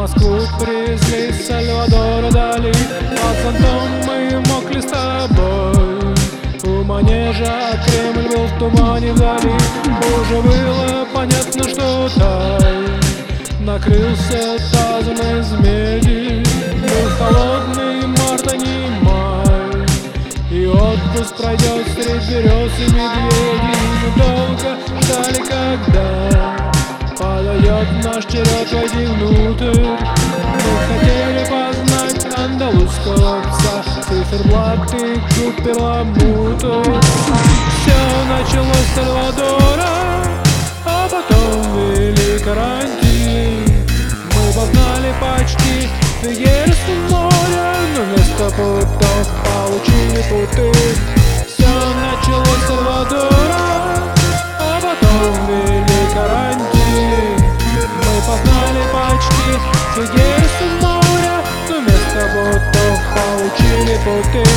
Москву привезли, Сальвадора Дали. Под зонтом мы мокли с тобой. У манежа Кремль был в тумане вдали. Уже было понятно, что тай накрылся тазом из меди. Был холодный март, а не май, и отпуск пройдет средь берез и медведей. Мы долго ждали, когда подойдет наш черед, войди внутрь. Мы хотели познать андалузского пса, циферблат и клуб перламутр. Все началось с Сальвадора, а потом ввели карантин. Мы познали почти Фигерес море, но вместо путов получили путы. Все началось с Сальвадора, а потом ввели карантин. Мы познали почти Фигерес море, но вместо путов получили путы.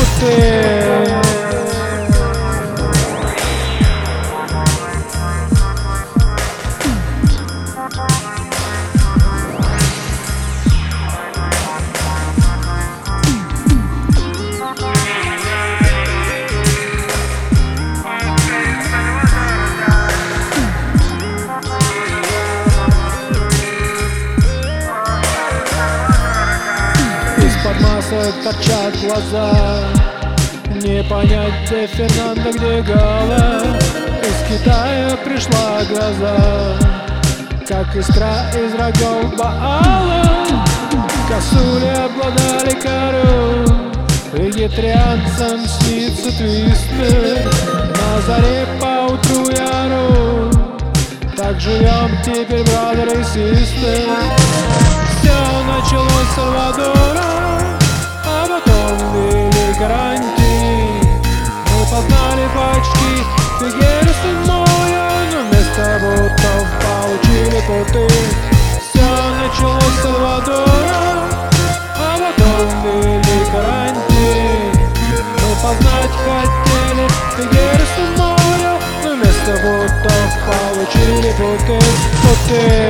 Из-под масок торчат глаза, не понять, где Фернандо, где Гала. Из Китая пришла гроза, как искра из рогов Баала. Косули обладали кору, вегетарианцам снится твистер. На заре поутру я ору, так живем теперь, бразер и систер. Все началось с Сальвадора, а потом ввели карантин. Мы познали почти Фигерес море, но вместо бутов получили путы. Все началось с Сальвадора, а потом ввели карантин. Мы познать хотели Фигерес море, но вместо бутов получили путы.